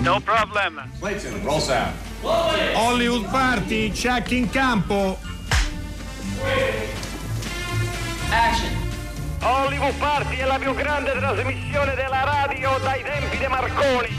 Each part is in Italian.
No problem. Clayton, roll sound. Hollywood Party, check in campo. Action. Hollywood Party è la più grande trasmissione della radio dai tempi di Marconi.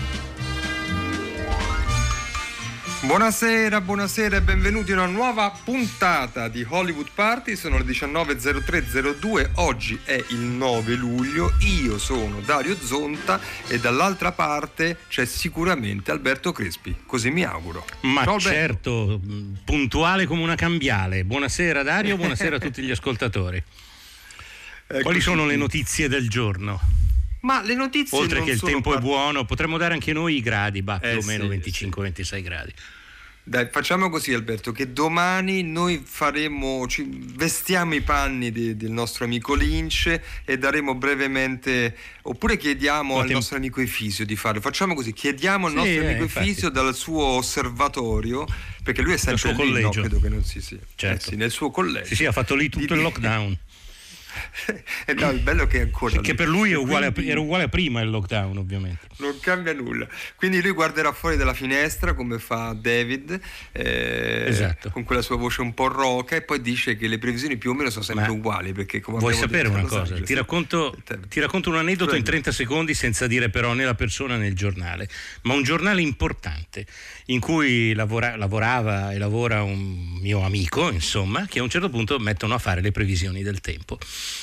Buonasera e benvenuti a una nuova puntata di Hollywood Party. Sono le 19.03:02, oggi è il 9 luglio, io sono Dario Zonta e dall'altra parte c'è sicuramente Alberto Crespi, così mi auguro. Ma Ciao, certo, puntuale come una cambiale. Buonasera Dario, buonasera a tutti gli ascoltatori. Quali sono le notizie del giorno? Ma le notizie oltre non che il sono tempo è buono, potremmo dare anche noi i gradi, più o meno sì, 25-26 gradi. Dai, facciamo così Alberto, che domani noi vestiamo i panni del nostro amico Lynch e daremo brevemente, oppure chiediamo al nostro amico Efisio di farlo. Facciamo così, chiediamo al nostro amico Efisio dal suo osservatorio, perché lui è sempre lì, no? Credo che non certo. nel suo collegio. Sì, ha fatto lì tutto il lockdown. No, il bello che è ancora che per lui è era uguale a prima il lockdown, ovviamente non cambia nulla, quindi lui guarderà fuori dalla finestra come fa David, esatto, con quella sua voce un po' roca, e poi dice che le previsioni più o meno sono sempre uguali, perché come vuoi sapere una cosa? Ti racconto un aneddoto in 30 secondi senza dire però né la persona né il giornale, ma un giornale importante in cui lavorava e lavora un mio amico, insomma, che a un certo punto mettono a fare le previsioni del tempo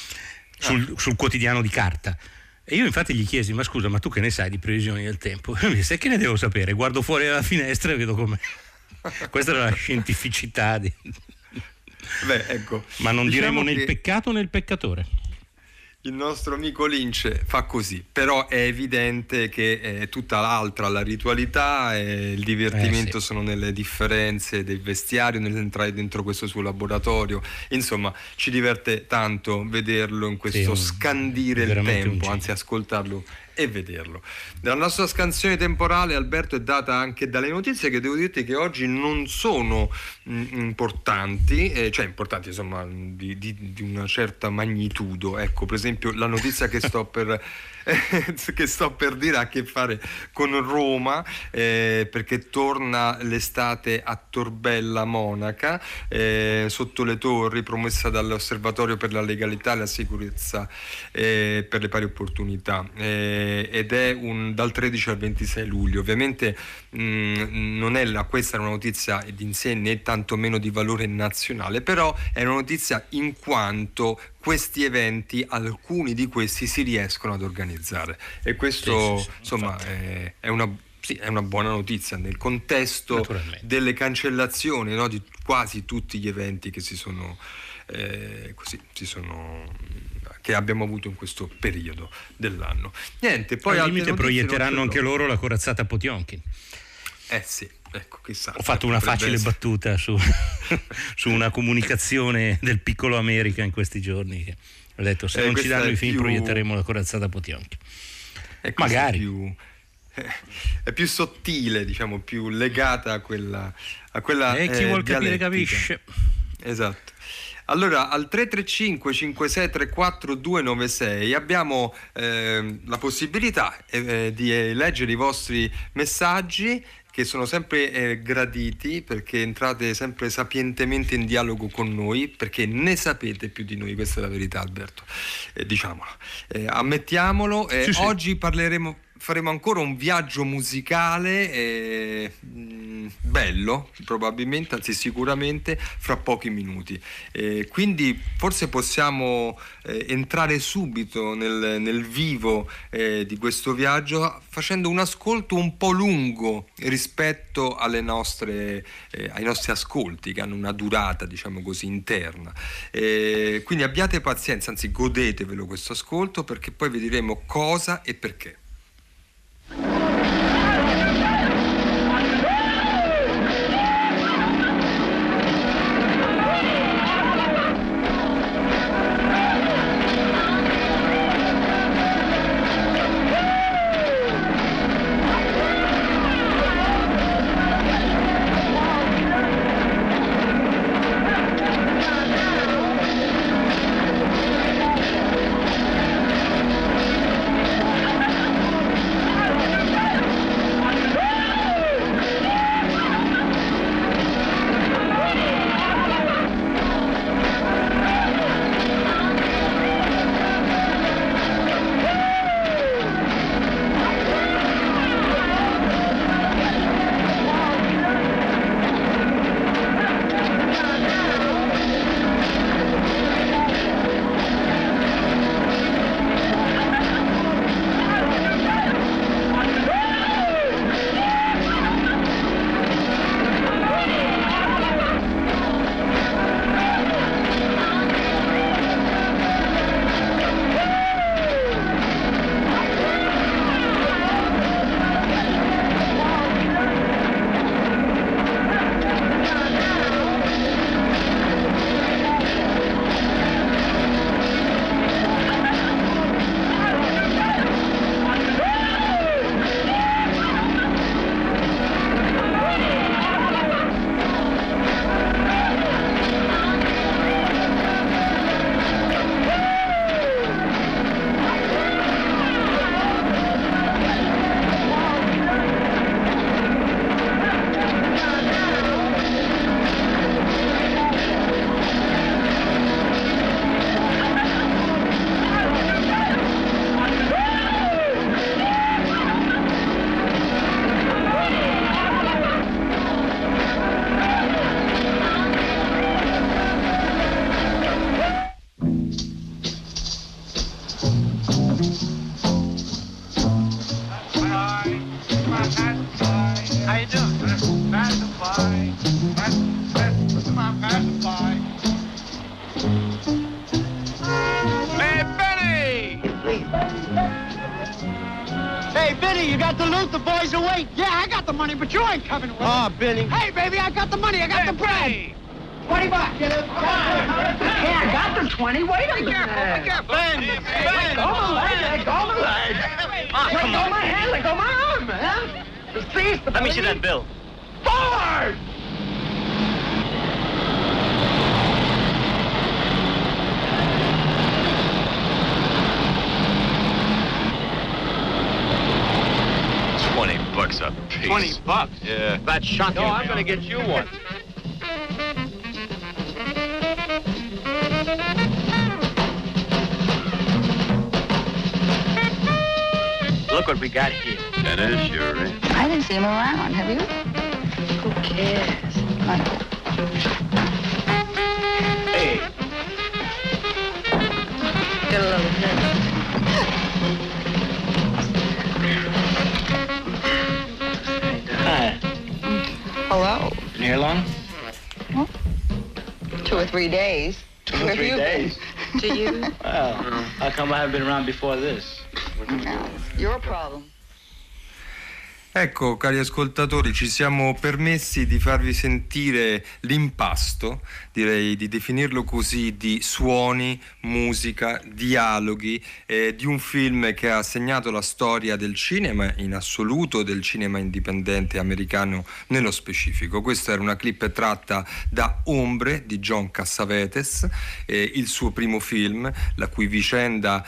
sul quotidiano di carta. E io infatti gli chiesi: ma scusa, ma tu che ne sai di previsioni del tempo? E mi disse: che ne devo sapere? Guardo fuori dalla finestra e vedo com'è. Questa era la scientificità ecco, ma non diremo né il peccato né il peccatore. Il nostro amico Lynch fa così, però è evidente che è tutta l'altra la ritualità e il divertimento sono nelle differenze del vestiario, nell'entrare dentro questo suo laboratorio. Insomma, ci diverte tanto vederlo in questo scandire il tempo, anzi ascoltarlo e vederlo. La nostra scansione temporale, Alberto, è data anche dalle notizie che devo dirti che oggi non sono importanti, importanti insomma di una certa magnitudo. Ecco, per esempio la notizia che sto per dire ha a che fare con Roma, perché torna l'estate a Torbella Monaca, sotto le torri, promessa dall'Osservatorio per la legalità e la sicurezza per le pari opportunità, ed è dal 13 al 26 luglio. Ovviamente non è questa è una notizia di in sé né tantomeno di valore nazionale, però è una notizia in quanto questi eventi, alcuni di questi si riescono ad organizzare, e questo insomma è una buona notizia nel contesto delle cancellazioni, no, di quasi tutti gli eventi che che abbiamo avuto in questo periodo dell'anno. Niente, poi al limite proietteranno anche loro la corazzata Potjomkin. Sì, ecco, chissà. Ho fatto una facile battuta su una comunicazione del piccolo America in questi giorni, che ho detto: se non ci danno i film proietteremo la corazzata Potjomkin. Magari è più sottile, diciamo, più legata a quella e chi vuol capire capisce. Esatto. Allora, al 335 5634 296 abbiamo la possibilità di leggere i vostri messaggi, che sono sempre graditi, perché entrate sempre sapientemente in dialogo con noi, perché ne sapete più di noi, questa è la verità, Alberto, diciamolo, ammettiamolo. Sì. Oggi faremo ancora un viaggio musicale bello, probabilmente, anzi sicuramente, fra pochi minuti, quindi forse possiamo entrare subito nel vivo di questo viaggio, facendo un ascolto un po' lungo rispetto ai nostri ascolti, che hanno una durata, diciamo così, interna, quindi abbiate pazienza, anzi godetevelo questo ascolto, perché poi vi diremo cosa e perché. How you doing? Pacify. Come on, pacify. Hey, Benny! Hey, Benny, you got the loot? The boys are waiting. Yeah, I got the money, but you ain't coming with Ah, Benny. Hey, baby, I got the money. I got the bread. Benny! $20. Yeah, I got the 20. Wait a minute. Be careful. Ben! Let go my leg. Let go my leg. Let go my hand. Let go my arm, man. Please, Let me see that bill. Forward! $20 a piece. $20? Yeah. That shot. No, I'm gonna get you one. Look what we got here. That is sure, eh? I didn't see him around, have you? Who cares? Hey. Get a little bit. Hi. Hello. Been here long? 2 or 3 days. 2 or Where 3 have you days. been? To you? Well, how come I haven't been around before this? No, your problem. Ecco, cari ascoltatori, ci siamo permessi di farvi sentire l'impasto, direi di definirlo così, di suoni, musica, dialoghi, di un film che ha segnato la storia del cinema in assoluto, del cinema indipendente americano nello specifico. Questa era una clip tratta da Ombre di John Cassavetes, il suo primo film, la cui vicenda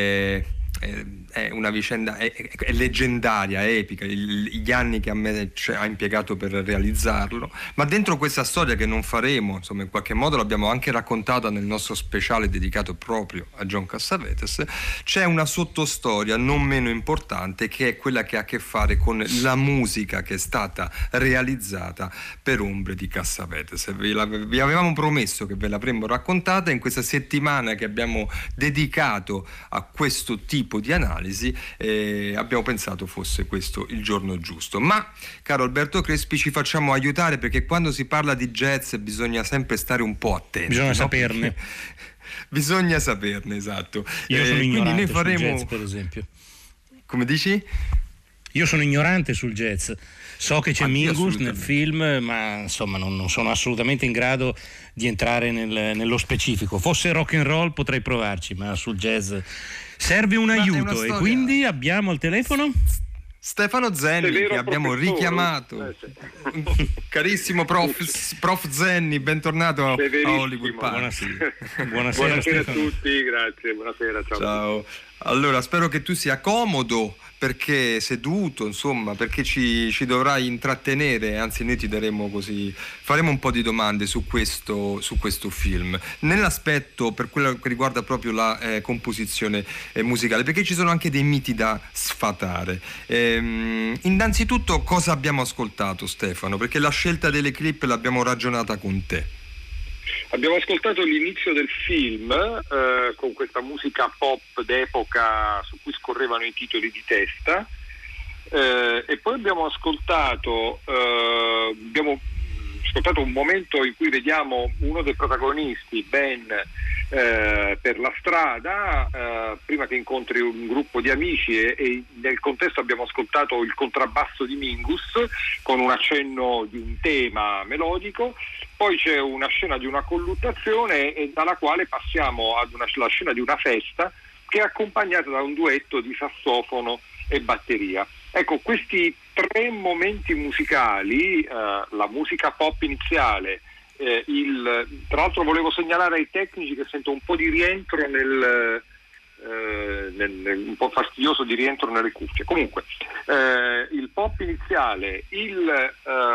è una vicenda è leggendaria, epica, gli anni che ha impiegato per realizzarlo, ma dentro questa storia che non faremo, insomma, in qualche modo l'abbiamo anche raccontata nel nostro speciale dedicato proprio a John Cassavetes, c'è una sottostoria non meno importante, che è quella che ha a che fare con la musica che è stata realizzata per Ombre di Cassavetes. Vi avevamo promesso che ve l'avremmo raccontata in questa settimana che abbiamo dedicato a questo tipo di analisi. Abbiamo pensato fosse questo il giorno giusto, ma caro Alberto Crespi, ci facciamo aiutare, perché quando si parla di jazz bisogna sempre stare un po' attenti, Bisogna no? saperne. Bisogna saperne, esatto. Io sono ignorante noi faremo... sul jazz, per esempio. Come dici? Io sono ignorante sul jazz. So che c'è Anch'io, Mingus nel assolutamente. film, ma insomma non sono assolutamente in grado di entrare nello specifico. Fosse rock and roll potrei provarci, ma sul jazz serve un aiuto, una e storia. quindi abbiamo al telefono Stefano Zenni, Severo che abbiamo professore. richiamato. Carissimo prof Zenni, bentornato a Severissimo. Hollywood Party. Buonasera. Buonasera a Stefano. tutti, grazie. Buonasera, ciao. Ciao. Allora, spero che tu sia comodo, perché seduto, insomma, perché ci dovrai intrattenere, anzi noi ti daremo così, faremo un po' di domande su questo film, nell'aspetto per quello che riguarda proprio la composizione musicale, perché ci sono anche dei miti da sfatare. Innanzitutto, cosa abbiamo ascoltato, Stefano? Perché la scelta delle clip l'abbiamo ragionata con te. Abbiamo ascoltato l'inizio del film con questa musica pop d'epoca su cui scorrevano i titoli di testa, e poi abbiamo ascoltato un momento in cui vediamo uno dei protagonisti, Ben, per la strada prima che incontri un gruppo di amici, e nel contesto abbiamo ascoltato il contrabbasso di Mingus con un accenno di un tema melodico. Poi c'è una scena di una colluttazione, e dalla quale passiamo ad la scena di una festa che è accompagnata da un duetto di sassofono e batteria. Ecco, questi 3 momenti musicali, la musica pop iniziale, tra l'altro volevo segnalare ai tecnici che sento un po' di rientro un po' fastidioso di rientro nelle cuffie. Comunque il pop iniziale, il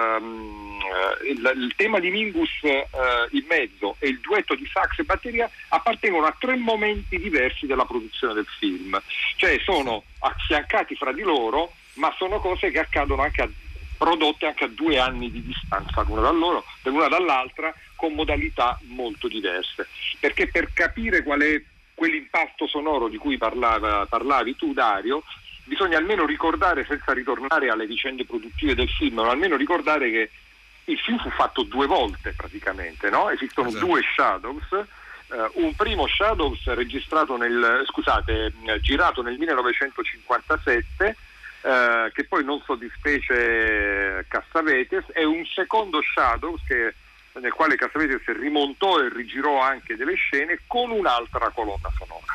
tema di Mingus in mezzo e il duetto di sax e batteria appartengono a 3 momenti diversi della produzione del film, cioè sono affiancati fra di loro, ma sono cose che accadono prodotte anche a 2 anni di distanza l'una dall'altra, con modalità molto diverse, perché per capire qual è quell'impatto sonoro di cui parlavi tu, Dario, bisogna almeno ricordare, senza ritornare alle vicende produttive del film, ma almeno ricordare che il film fu fatto 2 volte praticamente, no? Esistono 2 Shadows, un primo Shadows girato nel 1957, che poi non soddisfece Cassavetes, e un secondo Shadows nel quale Cassavetes rimontò e rigirò anche delle scene con un'altra colonna sonora.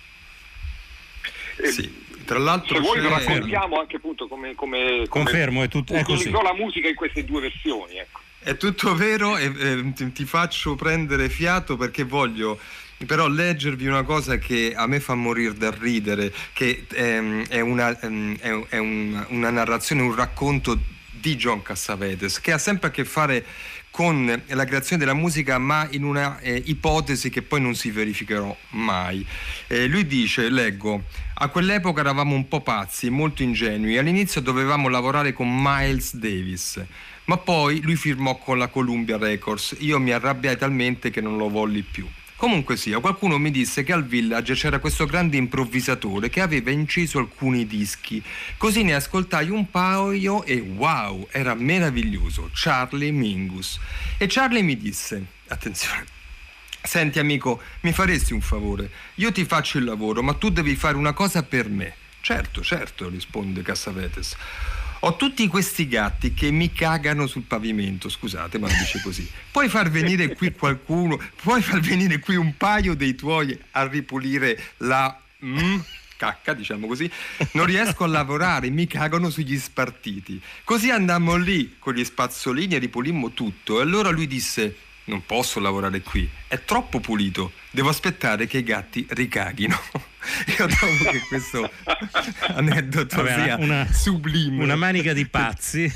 Sì. Tra l'altro, se vuoi lo raccontiamo anche appunto come confermo, è tutto utilizzò la musica in queste 2 versioni, ecco. È tutto vero, e ti faccio prendere fiato perché voglio però leggervi una cosa che a me fa morire da ridere, che è una narrazione, un racconto di John Cassavetes, che ha sempre a che fare con la creazione della musica, ma in una ipotesi che poi non si verificherà mai. Lui dice, leggo: a quell'epoca eravamo un po' pazzi e molto ingenui. All'inizio dovevamo lavorare con Miles Davis, ma poi lui firmò con la Columbia Records. Io mi arrabbiai talmente che non lo volli più. Comunque sia, qualcuno mi disse che al Village c'era questo grande improvvisatore che aveva inciso alcuni dischi. Così ne ascoltai un paio e wow, era meraviglioso, Charlie Mingus. E Charlie mi disse, attenzione: senti amico, mi faresti un favore? Io ti faccio il lavoro, ma tu devi fare una cosa per me. Certo, risponde Cassavetes. Ho tutti questi gatti che mi cagano sul pavimento, scusate, ma lo dice così. Puoi far venire qui un paio dei tuoi a ripulire la cacca, diciamo così. Non riesco a lavorare, mi cagano sugli spartiti. Così andammo lì con gli spazzolini e ripulimmo tutto. E allora lui disse: non posso lavorare qui, è troppo pulito, devo aspettare che i gatti ricaghino. Io trovo che questo aneddoto sia sublime. Una manica di pazzi.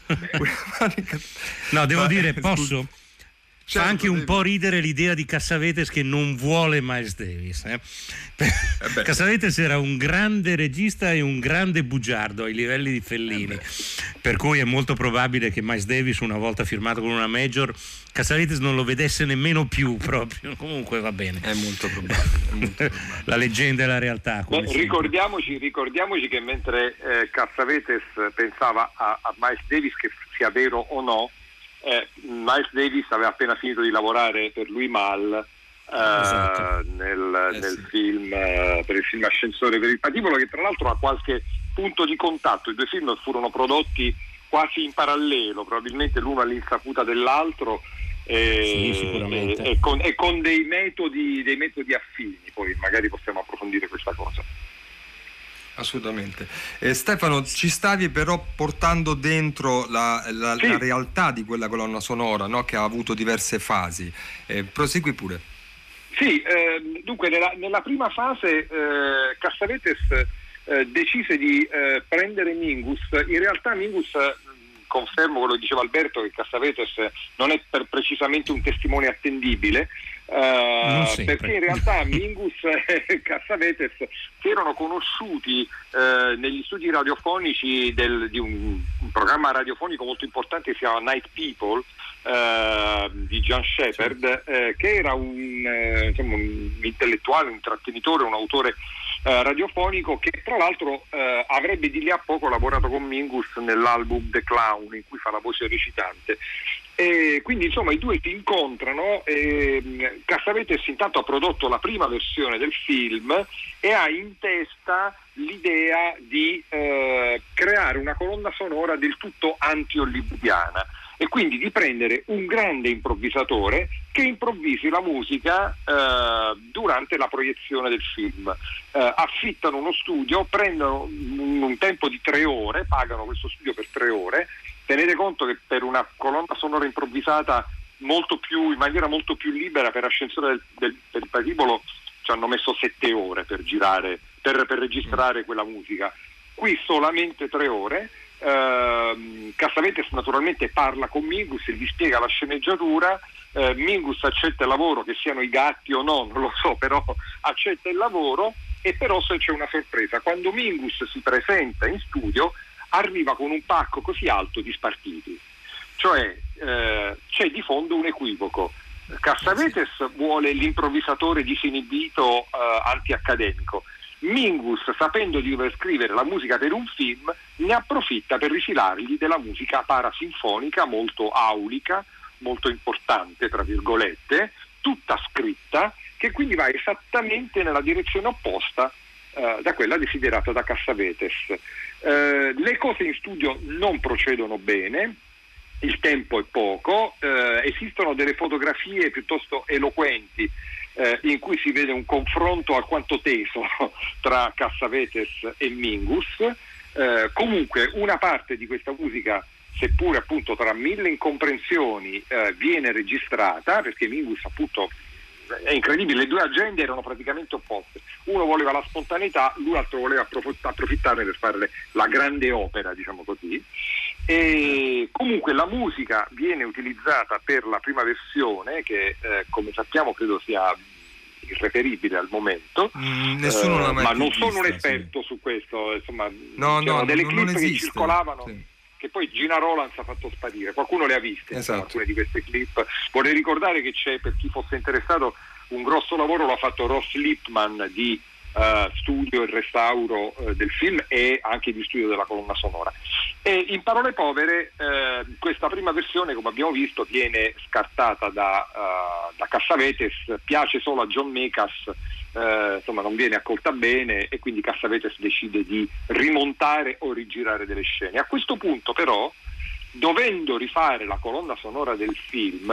No, devo dire, posso? Fa anche un po' ridere l'idea di Cassavetes che non vuole Miles Davis. Cassavetes era un grande regista e un grande bugiardo ai livelli di Fellini, per cui è molto probabile che Miles Davis, una volta firmato con una major, Cassavetes non lo vedesse nemmeno più proprio. Comunque va bene. È molto probabile. La leggenda e la realtà. Ricordiamoci che mentre Cassavetes pensava a Miles Davis, che sia vero o no, Miles Davis aveva appena finito di lavorare per Louis Malle nel film, per il film Ascensore per il Patibolo, che tra l'altro ha qualche punto di contatto. I 2 film furono prodotti quasi in parallelo, probabilmente l'uno all'insaputa dell'altro, sicuramente. e con dei metodi affini. Poi magari possiamo approfondire questa cosa. Assolutamente. Stefano, ci stavi però portando dentro la realtà di quella colonna sonora, no? Che ha avuto diverse fasi. Prosegui pure. Sì, dunque nella prima fase Cassavetes decise di prendere Mingus. In realtà Mingus, confermo quello che diceva Alberto, che Cassavetes non è precisamente un testimone attendibile, perché in realtà Mingus e Cassavetes si erano conosciuti negli studi radiofonici di un programma radiofonico molto importante che si chiama Night People, di John Shepard, che era un intellettuale, un intrattenitore, un autore radiofonico, che tra l'altro avrebbe di lì a poco lavorato con Mingus nell'album The Clown, in cui fa la voce recitante. E quindi insomma i 2 si incontrano e Cassavetes intanto ha prodotto la prima versione del film e ha in testa l'idea di creare una colonna sonora del tutto anti-hollywoodiana, e quindi di prendere un grande improvvisatore che improvvisi la musica durante la proiezione del film. Affittano uno studio, prendono un tempo di 3 ore, pagano questo studio per 3 ore. Tenete conto che per una colonna sonora improvvisata in maniera molto più libera, per Ascensore del Patibolo ci hanno messo 7 ore per girare, per registrare quella musica. Qui solamente 3 ore. Cassavetes naturalmente parla con Mingus e gli spiega la sceneggiatura. Mingus accetta il lavoro, che siano i gatti o no, non lo so, però accetta il lavoro. E però se c'è una sorpresa: quando Mingus si presenta in studio arriva con un pacco così alto di spartiti, cioè c'è di fondo un equivoco. Cassavetes vuole l'improvvisatore disinibito, antiaccademico. Mingus, sapendo di dover scrivere la musica per un film, ne approfitta per rifilargli della musica parasinfonica molto aulica, molto importante, tra virgolette, tutta scritta, che quindi va esattamente nella direzione opposta da quella desiderata da Cassavetes. Le cose in studio non procedono bene, il tempo è poco, esistono delle fotografie piuttosto eloquenti in cui si vede un confronto alquanto teso tra Cassavetes e Mingus. Comunque una parte di questa musica, seppure appunto tra mille incomprensioni, viene registrata, perché Mingus appunto è incredibile, le due agende erano praticamente opposte, uno voleva la spontaneità, l'altro voleva approfittarne per fare la grande opera, diciamo così. E comunque la musica viene utilizzata per la prima versione, che come sappiamo credo sia irreperibile al momento. Nessuno l'ha mai ma non vista, sono un esperto su questo, insomma, no, delle non clip esiste, che circolavano, sì, che poi Gina Rolands ha fatto sparire, qualcuno le ha viste, esatto, alcune di queste clip. Vorrei ricordare che c'è, per chi fosse interessato, un grosso lavoro l'ha fatto Ross Lipman di studio e restauro del film e anche di studio della colonna sonora. E in parole povere questa prima versione, come abbiamo visto, viene scartata da Cassavetes, piace solo a John Mekas, insomma non viene accolta bene, e quindi Cassavetes decide di rimontare o rigirare delle scene. A questo punto però, dovendo rifare la colonna sonora del film,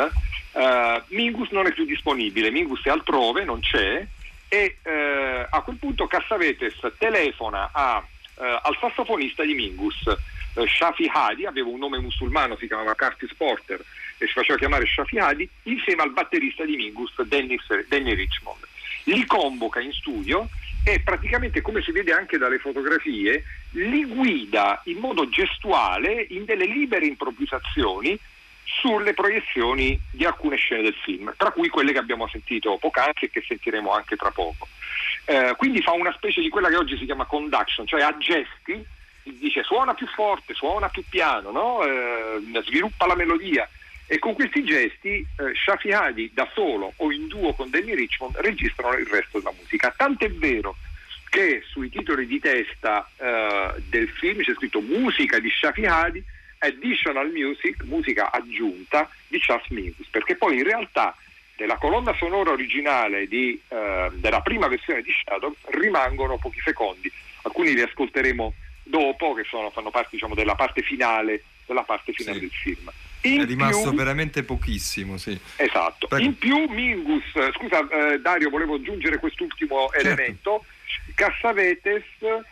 Mingus non è più disponibile, Mingus è altrove, non c'è, e a quel punto Cassavetes telefona al sassofonista di Mingus, Shafi Hadi, aveva un nome musulmano, si chiamava Curtis Porter e si faceva chiamare Shafi Hadi, insieme al batterista di Mingus, Danny Richmond. Li convoca in studio e praticamente, come si vede anche dalle fotografie, li guida in modo gestuale in delle libere improvvisazioni sulle proiezioni di alcune scene del film, tra cui quelle che abbiamo sentito poc'anzi e che sentiremo anche tra poco. Quindi fa una specie di quella che oggi si chiama conduction, cioè a gesti dice suona più forte, suona più piano, no? Sviluppa la melodia, e con questi gesti Shafi Hadi, da solo o in duo con Danny Richmond, registrano il resto della musica. Tant'è vero che sui titoli di testa del film c'è scritto musica di Shafi Hadi, additional music, musica aggiunta di Chas Mingus, perché poi in realtà della colonna sonora originale della prima versione di Shadow rimangono pochi secondi, alcuni li ascolteremo dopo, che fanno parte, diciamo, della parte finale sì, del film. È rimasto veramente pochissimo, sì. Esatto. Prego. In più Mingus, scusa Dario, volevo aggiungere quest'ultimo elemento. Cassavetes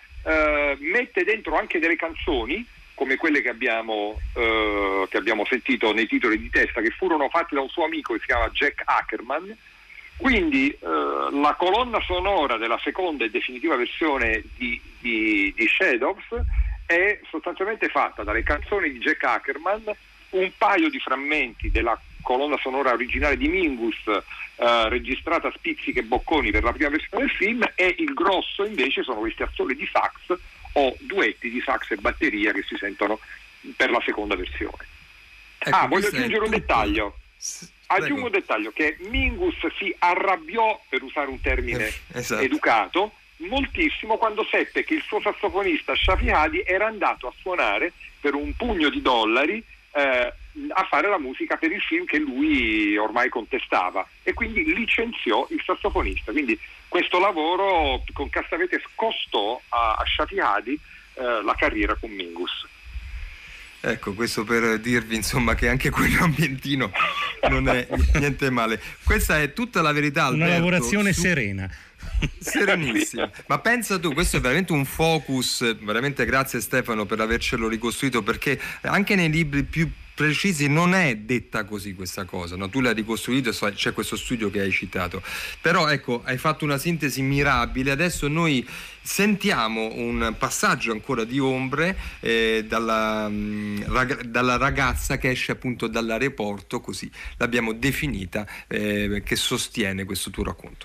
mette dentro anche delle canzoni come quelle che abbiamo sentito nei titoli di testa, che furono fatte da un suo amico che si chiama Jack Ackerman. Quindi la colonna sonora della seconda e definitiva versione di Shadows è sostanzialmente fatta dalle canzoni di Jack Ackerman, un paio di frammenti della colonna sonora originale di Mingus registrata a spizzichi e bocconi per la prima versione del film, e il grosso invece sono questi assoli di sax o duetti di sax e batteria che si sentono per la seconda versione. Ecco, voglio aggiungere un dettaglio. Aggiungo un Prego. dettaglio, che Mingus si arrabbiò, per usare un termine esatto, educato, moltissimo quando seppe che il suo sassofonista Shafi Hadi era andato a suonare per un pugno di dollari a fare la musica per il film che lui ormai contestava, e quindi licenziò il sassofonista. Quindi questo lavoro con Cassavetes costò a Shafi Hadi la carriera con Mingus. Ecco, questo per dirvi insomma che anche quell'ambientino non è niente male. Questa è tutta la verità, Alberto. Una lavorazione serena. Serenissima. Ma pensa tu, questo è veramente un focus, veramente grazie Stefano per avercelo ricostruito, perché anche nei libri più precisi non è detta così questa cosa, no? Tu l'hai ricostruito, c'è questo studio che hai citato, però ecco, hai fatto una sintesi mirabile. Adesso noi sentiamo un passaggio ancora di ombre dalla ragazza che esce appunto dall'aeroporto, così l'abbiamo definita, che sostiene questo tuo racconto.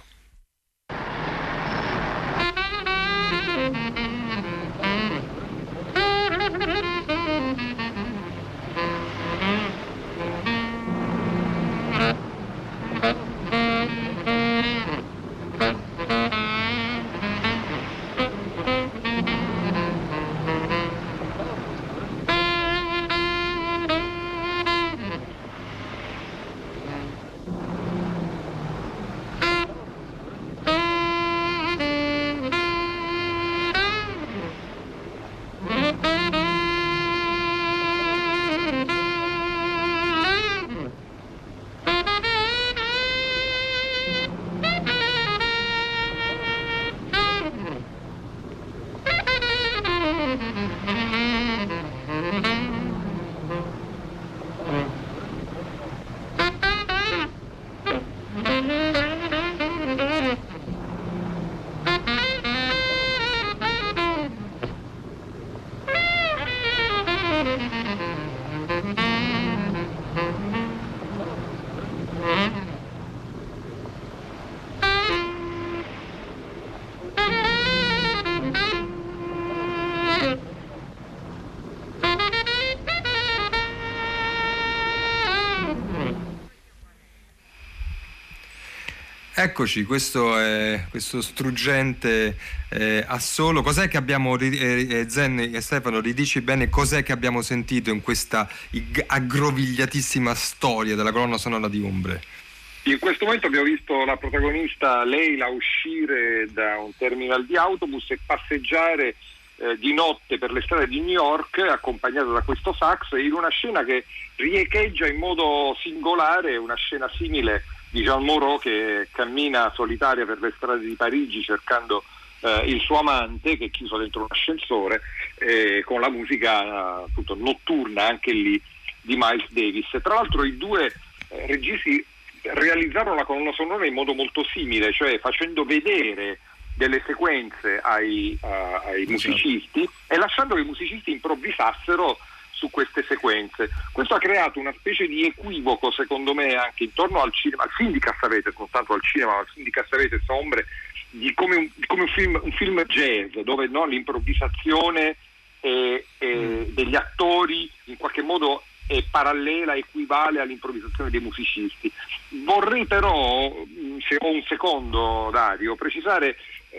Eccoci, questo è questo struggente assolo. Cos'è che abbiamo, Zen e Stefano, ridici bene cos'è che abbiamo sentito in questa aggrovigliatissima storia della colonna sonora di Ombre? In questo momento abbiamo visto la protagonista Leila uscire da un terminal di autobus e passeggiare di notte per le strade di New York accompagnata da questo sax, in una scena che riecheggia in modo singolare una scena simile di Jean Moreau che cammina solitaria per le strade di Parigi cercando il suo amante che è chiuso dentro un ascensore, con la musica appunto notturna anche lì di Miles Davis. Tra l'altro i due registi realizzarono la colonna sonora in modo molto simile, cioè facendo vedere delle sequenze ai musicisti e lasciando che i musicisti improvvisassero su queste sequenze. Questo ha creato una specie di equivoco, secondo me, anche intorno al cinema, al film di Cassavetes, non tanto al cinema, ma al film di Cassavetes, Ombre, di come un film jazz, dove l'improvvisazione degli attori in qualche modo è parallela, equivale all'improvvisazione dei musicisti. Vorrei però, se ho un secondo, Dario, precisare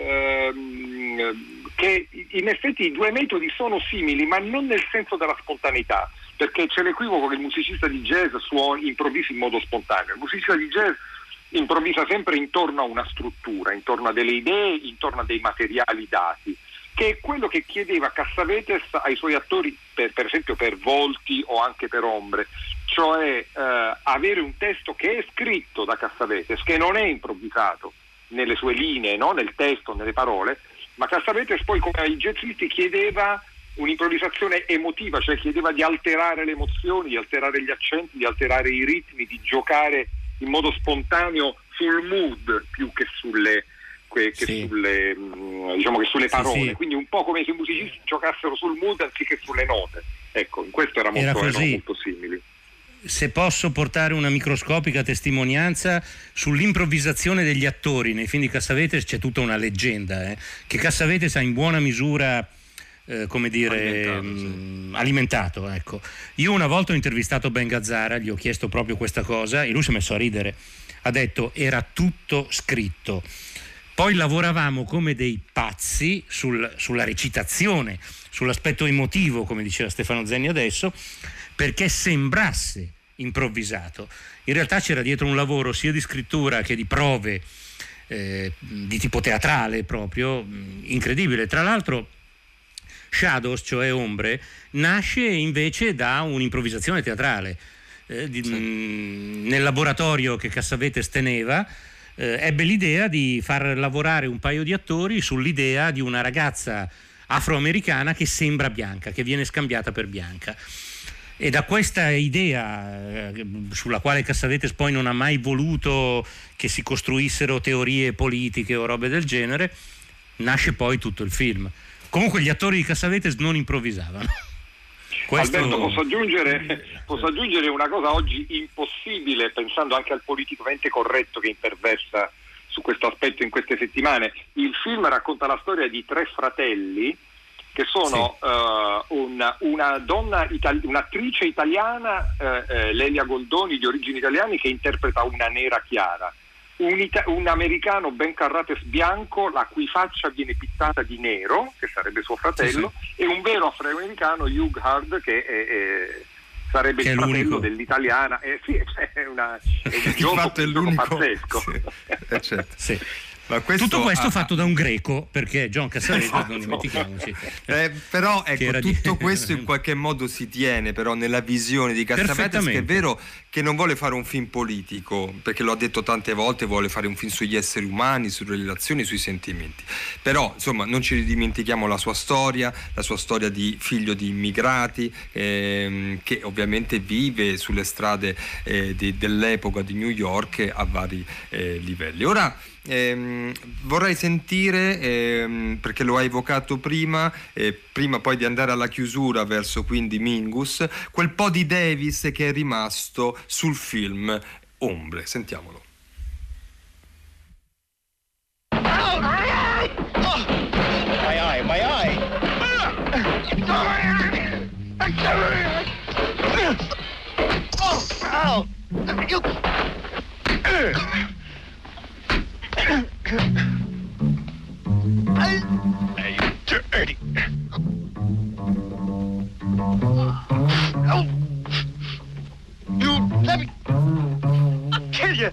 che in effetti i due metodi sono simili, ma non nel senso della spontaneità, perché c'è l'equivoco che il musicista di jazz improvvisi in modo spontaneo. Il musicista di jazz improvvisa sempre intorno a una struttura, intorno a delle idee, intorno a dei materiali dati, che è quello che chiedeva Cassavetes ai suoi attori, per esempio per Volti o anche per Ombre, cioè avere un testo che è scritto da Cassavetes, che non è improvvisato nelle sue linee, no? Nel testo, nelle parole, ma Cassavetes poi, come ai jazzisti, chiedeva un'improvvisazione emotiva, cioè chiedeva di alterare le emozioni, di alterare gli accenti, di alterare i ritmi, di giocare in modo spontaneo sul mood più che sulle parole, sì. Quindi un po' come se i musicisti giocassero sul mood anziché sulle note. Ecco, in questo erano molto simili. Se posso portare una microscopica testimonianza sull'improvvisazione degli attori nei film di Cassavetes, c'è tutta una leggenda che Cassavetes ha in buona misura alimentato, ecco. Io una volta ho intervistato Ben Gazzara, gli ho chiesto proprio questa cosa e lui si è messo a ridere, ha detto era tutto scritto. Poi lavoravamo come dei pazzi sulla recitazione, sull'aspetto emotivo, come diceva Stefano Zenni adesso, perché sembrasse improvvisato. In realtà c'era dietro un lavoro sia di scrittura che di prove di tipo teatrale proprio, incredibile. Tra l'altro Shadows, cioè Ombre, nasce invece da un'improvvisazione teatrale. Nel laboratorio che Cassavetes teneva, ebbe l'idea di far lavorare un paio di attori sull'idea di una ragazza afroamericana che sembra bianca, che viene scambiata per bianca. E da questa idea, sulla quale Cassavetes poi non ha mai voluto che si costruissero teorie politiche o robe del genere, nasce poi tutto il film. Comunque gli attori di Cassavetes non improvvisavano. Alberto, posso aggiungere una cosa oggi impossibile, pensando anche al politicamente corretto che imperversa su questo aspetto in queste settimane. Il film racconta la storia di tre fratelli che sono una donna, un'attrice italiana, Lelia Goldoni, di origini italiane, che interpreta una nera chiara, un americano, Ben Carrates, bianco, la cui faccia viene pittata di nero, che sarebbe suo fratello, e un vero afroamericano, Hugh Hard, che sarebbe il fratello dell'italiana. È un gioco pazzesco. Sì, certo. Sì. Ma tutto questo fatto da un greco, perché John Cassavetes, non dimentichiamoci. Però ecco, tutto questo in qualche modo si tiene però nella visione di Cassavetes, che è vero che non vuole fare un film politico, perché lo ha detto tante volte, vuole fare un film sugli esseri umani, sulle relazioni, sui sentimenti. Però insomma non ci dimentichiamo la sua storia di figlio di immigrati, che ovviamente vive sulle strade dell'epoca di New York a vari livelli. Ora vorrei sentire, perché lo hai evocato prima poi di andare alla chiusura verso quindi Mingus, quel po' di Davis che è rimasto sul film Ombre. Sentiamolo. Oh! You let me... I'll kill you!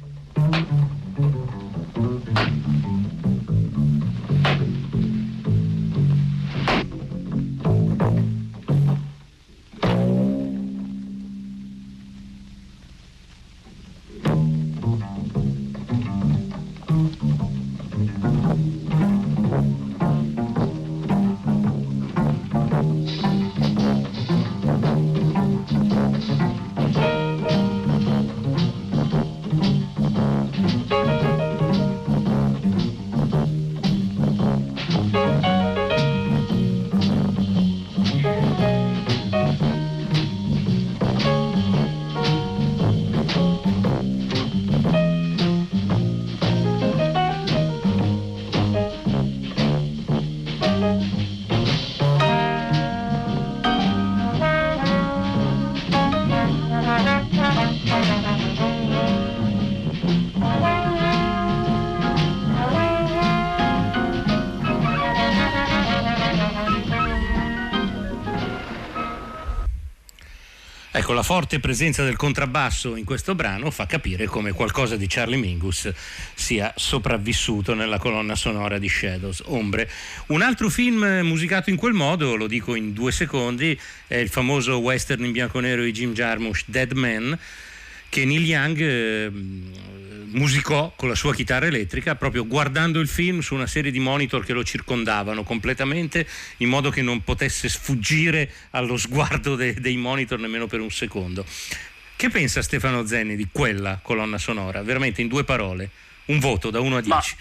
Ecco, la forte presenza del contrabbasso in questo brano fa capire come qualcosa di Charlie Mingus sia sopravvissuto nella colonna sonora di Shadows, Ombre. Un altro film musicato in quel modo, lo dico in 2 secondi, è il famoso western in bianco e nero di Jim Jarmusch, Dead Man, che Neil Young musicò con la sua chitarra elettrica, proprio guardando il film su una serie di monitor che lo circondavano completamente, in modo che non potesse sfuggire allo sguardo dei monitor nemmeno per un secondo. Che pensa Stefano Zenni di quella colonna sonora? Veramente, in 2 parole, un voto da 1 a 10.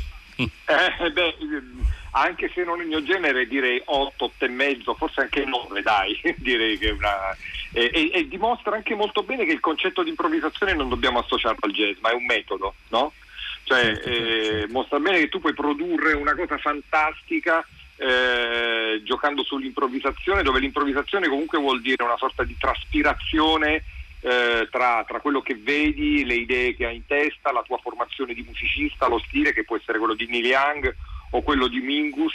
Anche se non è il mio genere, direi 8, 8,5, forse anche 9, dai. Direi che è una... E dimostra anche molto bene che il concetto di improvvisazione non dobbiamo associarlo al jazz, ma è un metodo, no? Cioè, mostra bene che tu puoi produrre una cosa fantastica giocando sull'improvvisazione, dove l'improvvisazione comunque vuol dire una sorta di traspirazione tra quello che vedi, le idee che hai in testa, la tua formazione di musicista, lo stile che può essere quello di Neil Young o quello di Mingus,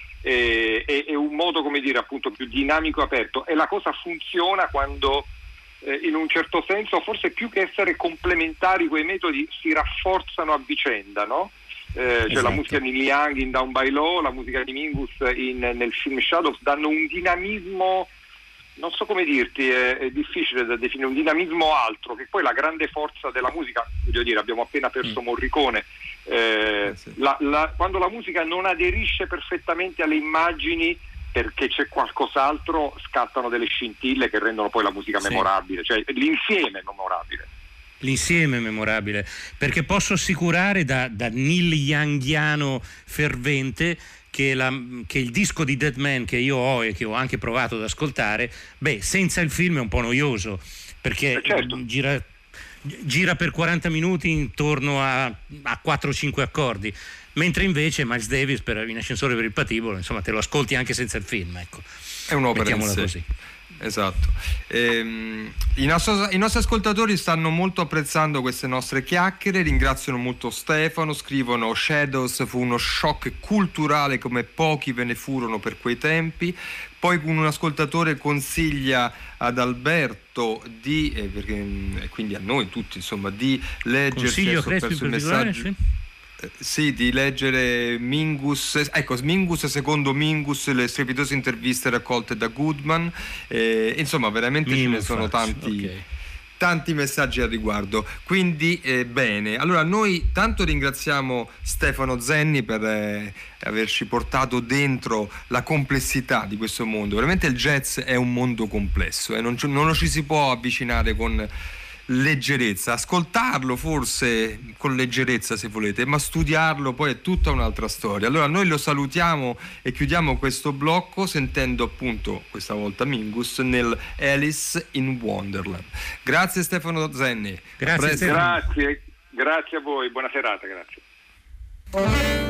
è un modo, come dire, appunto più dinamico e aperto, e la cosa funziona quando in un certo senso, forse più che essere complementari, quei metodi si rafforzano a vicenda, no? Cioè la musica di Neil Young in Down by Law, la musica di Mingus nel film Shadows danno un dinamismo, non so come dirti, è difficile da definire, un dinamismo altro, che poi la grande forza della musica, voglio dire, abbiamo appena perso Morricone, quando la musica non aderisce perfettamente alle immagini perché c'è qualcos'altro, scattano delle scintille che rendono poi la musica memorabile, cioè l'insieme è memorabile. L'insieme è memorabile, perché posso assicurare da Neil Youngiano fervente che il disco di Dead Man che io ho e che ho anche provato ad ascoltare, senza il film è un po' noioso, perché gira per 40 minuti intorno a 4-5 accordi, mentre invece Miles Davis in Ascensore per il Patibolo, insomma, te lo ascolti anche senza il film, ecco. È un'opera in sé. Così. Esatto. I nostri ascoltatori stanno molto apprezzando queste nostre chiacchiere, ringraziano molto Stefano, scrivono: Shadows fu uno shock culturale come pochi ve ne furono per quei tempi. Poi un ascoltatore consiglia ad Alberto quindi a noi tutti, insomma, di leggersi, adesso ho perso il messaggio. Sì, di leggere Mingus, secondo Mingus, le strepitose interviste raccolte da Goodman, insomma veramente ce ne sono tanti messaggi al riguardo, quindi bene. Allora noi tanto ringraziamo Stefano Zenni per averci portato dentro la complessità di questo mondo. Veramente il jazz è un mondo complesso, non lo ci si può avvicinare con leggerezza, ascoltarlo forse con leggerezza se volete, ma studiarlo poi è tutta un'altra storia. Allora noi lo salutiamo e chiudiamo questo blocco sentendo appunto questa volta Mingus nel Alice in Wonderland. Grazie Stefano Zenni. Grazie a voi, buona serata, grazie.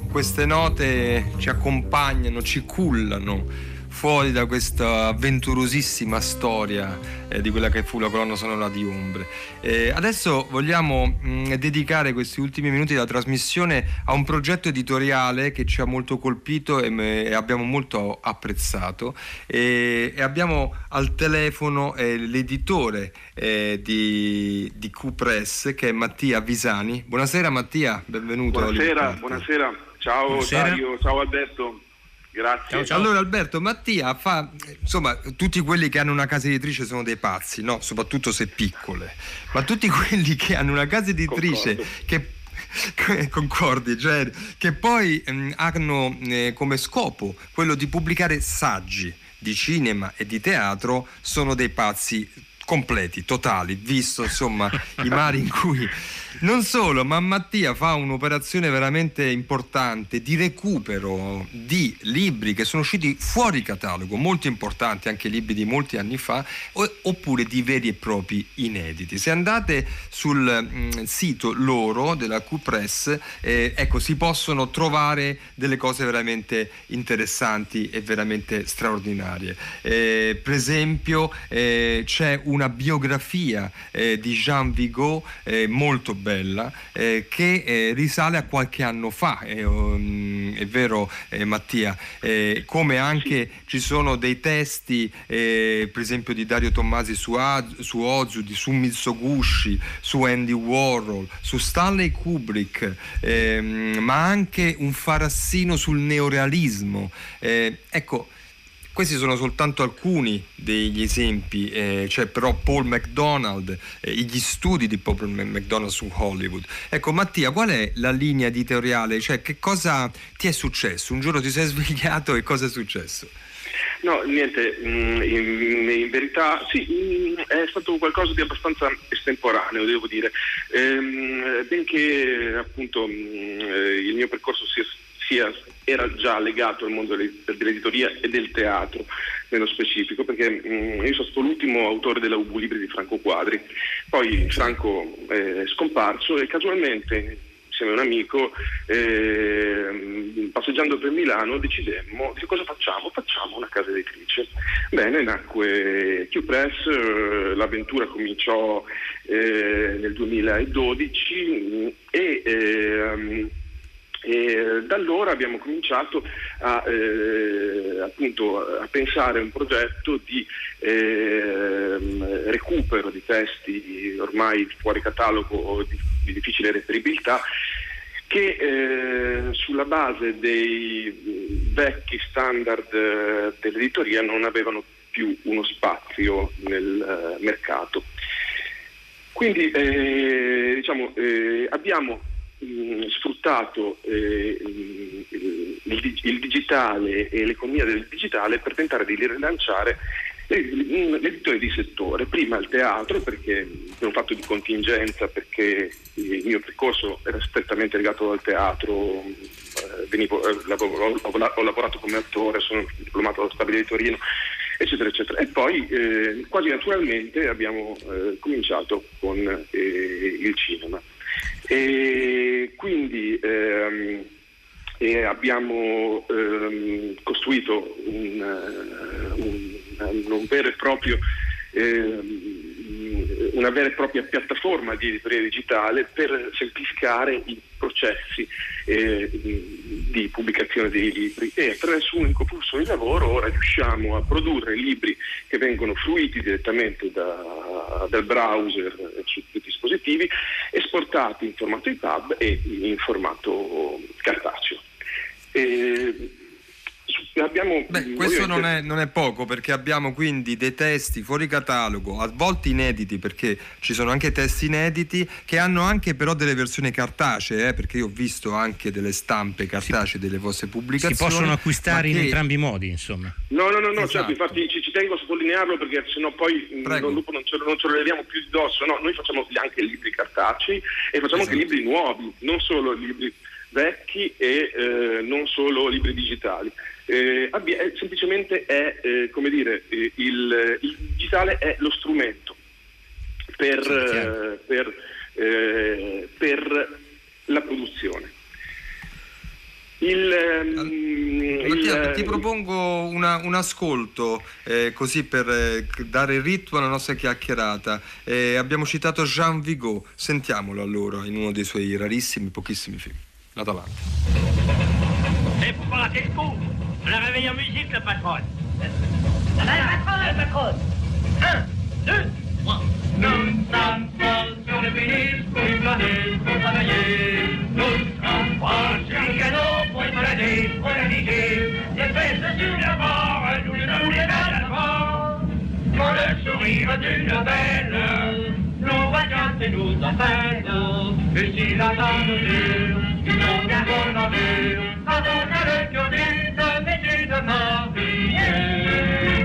queste note ci accompagnano, ci cullano fuori da questa avventurosissima storia di quella che fu la colonna sonora di Ombre. Adesso vogliamo dedicare questi ultimi minuti della trasmissione a un progetto editoriale che ci ha molto colpito e abbiamo molto apprezzato, e abbiamo al telefono l'editore di Q-Press, che è Mattia Visani. Buonasera Mattia, benvenuto. Buonasera, ciao Dario, ciao Alberto. Grazie. Ciao. Allora Alberto, Mattia insomma, tutti quelli che hanno una casa editrice sono dei pazzi, no? Soprattutto se piccole, ma tutti quelli che hanno una casa editrice concordi, cioè, che poi hanno come scopo quello di pubblicare saggi di cinema e di teatro, sono dei pazzi completi, totali, visto insomma i mari in cui non solo, ma Mattia fa un'operazione veramente importante di recupero di libri che sono usciti fuori catalogo, molto importanti, anche libri di molti anni fa, oppure di veri e propri inediti. Se andate sul sito loro della Q-Press, ecco, si possono trovare delle cose veramente interessanti e veramente straordinarie. Per esempio c'è una biografia di Jean Vigo molto bella, che risale a qualche anno fa, è vero Mattia, come anche ci sono dei testi per esempio di Dario Tommasi su Ozu, su Mitsugushi, su Andy Warhol, su Stanley Kubrick, ma anche un farassino sul neorealismo. Ecco, questi sono soltanto alcuni degli esempi, c'è però Paul McDonald, gli studi di Paul McDonald su Hollywood. Ecco Mattia, qual è la linea editoriale? Cioè, che cosa ti è successo? Un giorno ti sei svegliato e cosa è successo? No, niente, in verità sì, è stato qualcosa di abbastanza estemporaneo, devo dire, benché appunto il mio percorso era già legato al mondo dell'editoria e del teatro nello specifico, perché io sono stato l'ultimo autore della UB Libri di Franco Quadri. Poi Franco è scomparso e casualmente, insieme a un amico, passeggiando per Milano, decidemmo di cosa facciamo una casa editrice. Bene, nacque Q-Press, l'avventura cominciò nel 2012 e da allora abbiamo cominciato a pensare a un progetto di recupero di testi ormai fuori catalogo o di difficile reperibilità, che sulla base dei vecchi standard dell'editoria non avevano più uno spazio nel mercato. Quindi abbiamo sfruttato il digitale e l'economia del digitale per tentare di rilanciare l'editore di settore. Prima il teatro, perché per un fatto di contingenza, perché il mio percorso era strettamente legato al teatro, ho lavorato come attore, sono diplomato allo Stabile di Torino, eccetera eccetera, e poi quasi naturalmente abbiamo cominciato con il cinema. E quindi abbiamo costruito una vera e propria piattaforma di editoria digitale per semplificare i processi di pubblicazione dei libri, e attraverso un unico flusso di lavoro ora riusciamo a produrre libri che vengono fruiti direttamente dal browser su tutti i dispositivi, esportati in formato EPUB e in formato cartaceo. Questo non è poco, perché abbiamo quindi dei testi fuori catalogo, a volte inediti, perché ci sono anche testi inediti che hanno anche però delle versioni cartacee, perché io ho visto anche delle stampe cartacee delle vostre pubblicazioni. Si possono acquistare in entrambi i modi, insomma. No, esatto. Certo, infatti ci tengo a sottolinearlo, perché sennò poi dopo non ce lo leviamo più di dosso. No, noi facciamo anche libri cartacei e facciamo anche libri nuovi, non solo libri vecchi e non solo libri digitali. Semplicemente è il digitale è lo strumento per la produzione. Mattia, ti propongo un ascolto così per dare il ritmo alla nostra chiacchierata. Abbiamo citato Jean Vigo, sentiamolo allora in uno dei suoi rarissimi, pochissimi film, l'Atalanta. Et pour la Tesco, on a réveillé en musique le patron. Le patron. 1, 2, 3. Nous sommes seuls sur le pénis pour y planer, pour travailler. Nous sommes proches sur le canot pour y balader, pour naviguer. Les fesses sur la barre, nous les belles avant. Quand le sourire d'une belle nous voyons et nous emmène. Et si la dame dure, ils ont bien bon envers. Quand on a le cœur d'une métier de mariée.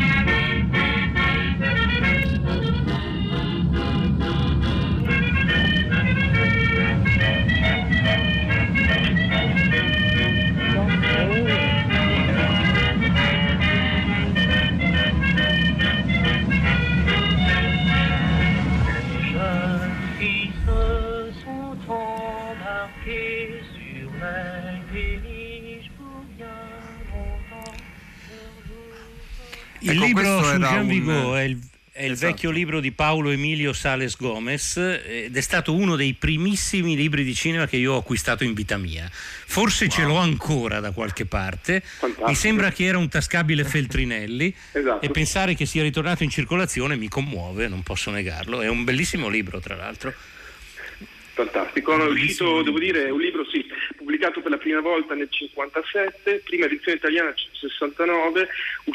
Il libro su Jean Vigo è il vecchio libro di Paulo Emilio Sales Gomez ed è stato uno dei primissimi libri di cinema che io ho acquistato in vita mia. Forse ce l'ho ancora da qualche parte. Fantastico. Mi sembra che era un tascabile Feltrinelli. Esatto. E pensare che sia ritornato in circolazione mi commuove, non posso negarlo. È un bellissimo libro, tra l'altro. Fantastico, è uscito, devo dire, è un libro pubblicato per la prima volta nel 57, prima edizione italiana nel 69,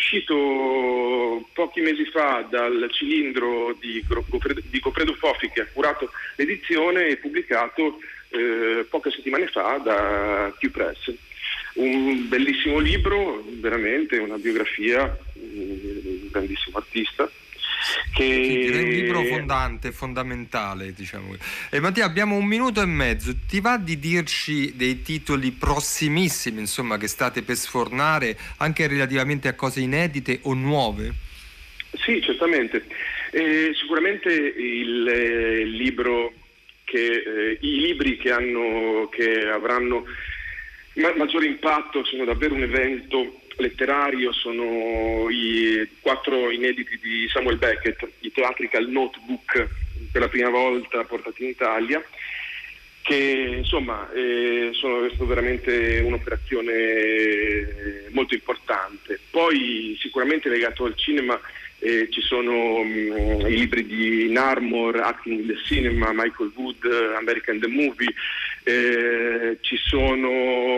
uscito pochi mesi fa dal cilindro di Goffredo Fofi, che ha curato l'edizione, e pubblicato poche settimane fa da Q Press. Un bellissimo libro, veramente una biografia di un grandissimo artista. Che è un libro fondamentale, diciamo. Mattia, abbiamo 1 minuto e mezzo. Ti va di dirci dei titoli prossimissimi, insomma, che state per sfornare, anche relativamente a cose inedite o nuove? Sì, certamente. Sicuramente il libro i libri che avranno maggiore impatto sono davvero un evento letterario, sono i 4 inediti di Samuel Beckett, i Theatrical Notebook, per la prima volta portati in Italia, che insomma sono veramente un'operazione molto importante. Poi sicuramente legato al cinema ci sono i libri di Narmore, Acting in the Cinema, Michael Wood, American the Movie, ci sono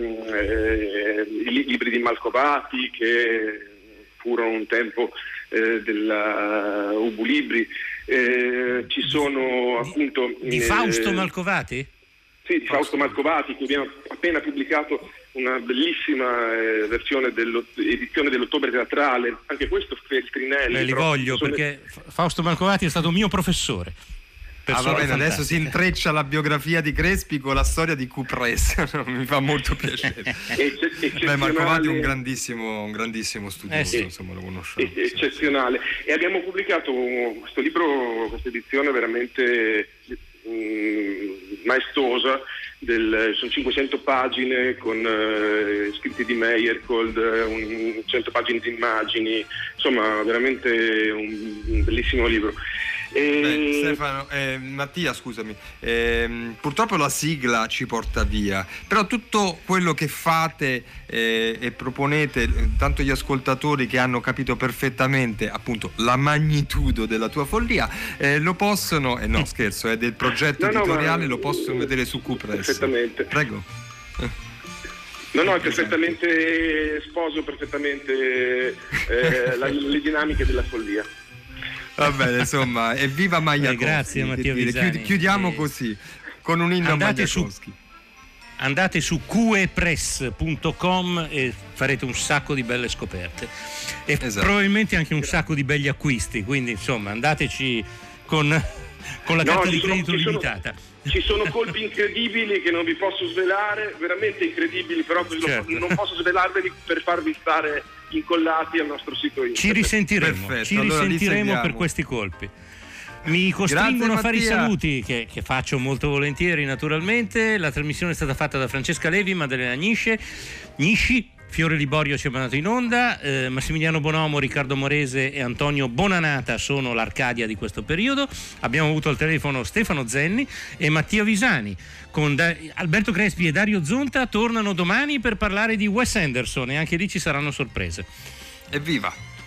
i libri di Malcovati, che furono un tempo della Ubu Libri, ci sono appunto di Fausto Malcovati? Sì, di Fausto Malcovati, che abbiamo appena pubblicato una bellissima versione edizione dell'Ottobre Teatrale, anche questo Feltrinelli. Li voglio, perché Fausto Malcovati è stato mio professore. Va bene, adesso si intreccia la biografia di Crespi con la storia di Q-Press. Mi fa molto piacere. Malcovati è un grandissimo studioso, insomma, lo conosciamo. Eccezionale. E abbiamo pubblicato questo libro, questa edizione veramente maestosa, sono 500 pagine con scritti di Meyerhold, 100 pagine di immagini, insomma veramente un bellissimo libro. Stefano, Mattia, scusami, purtroppo la sigla ci porta via, però tutto quello che fate e proponete, tanto gli ascoltatori che hanno capito perfettamente appunto la magnitudo della tua follia, lo possono, no scherzo, è del progetto editoriale, lo possono vedere su Q-Press. Perfettamente. Prego. No, è perfettamente, sposo perfettamente le dinamiche della follia. Va bene, insomma, evviva Magliacowski. Grazie Mattia Visani. Chiudiamo così, con un inno a Magliacowski. Andate su qepress.com e farete un sacco di belle scoperte e probabilmente anche un sacco di belli acquisti, quindi insomma andateci con la carta di credito limitata. Ci sono colpi incredibili che non vi posso svelare, veramente incredibili, però non posso svelarveli per farvi stare incollati al nostro sito internet. Ci risentiremo per questi colpi. Mi costringono Grazie, a fare i Mattia. saluti che faccio molto volentieri, naturalmente. La trasmissione è stata fatta da Francesca Levi, Maddalena Gnisci, Fiore Liborio ci è mandato in onda, Massimiliano Bonomo, Riccardo Morese e Antonio Bonanata sono l'Arcadia di questo periodo. Abbiamo avuto al telefono Stefano Zenni e Mattia Visani. Con Alberto Crespi e Dario Zonta tornano domani per parlare di Wes Anderson e anche lì ci saranno sorprese. Evviva!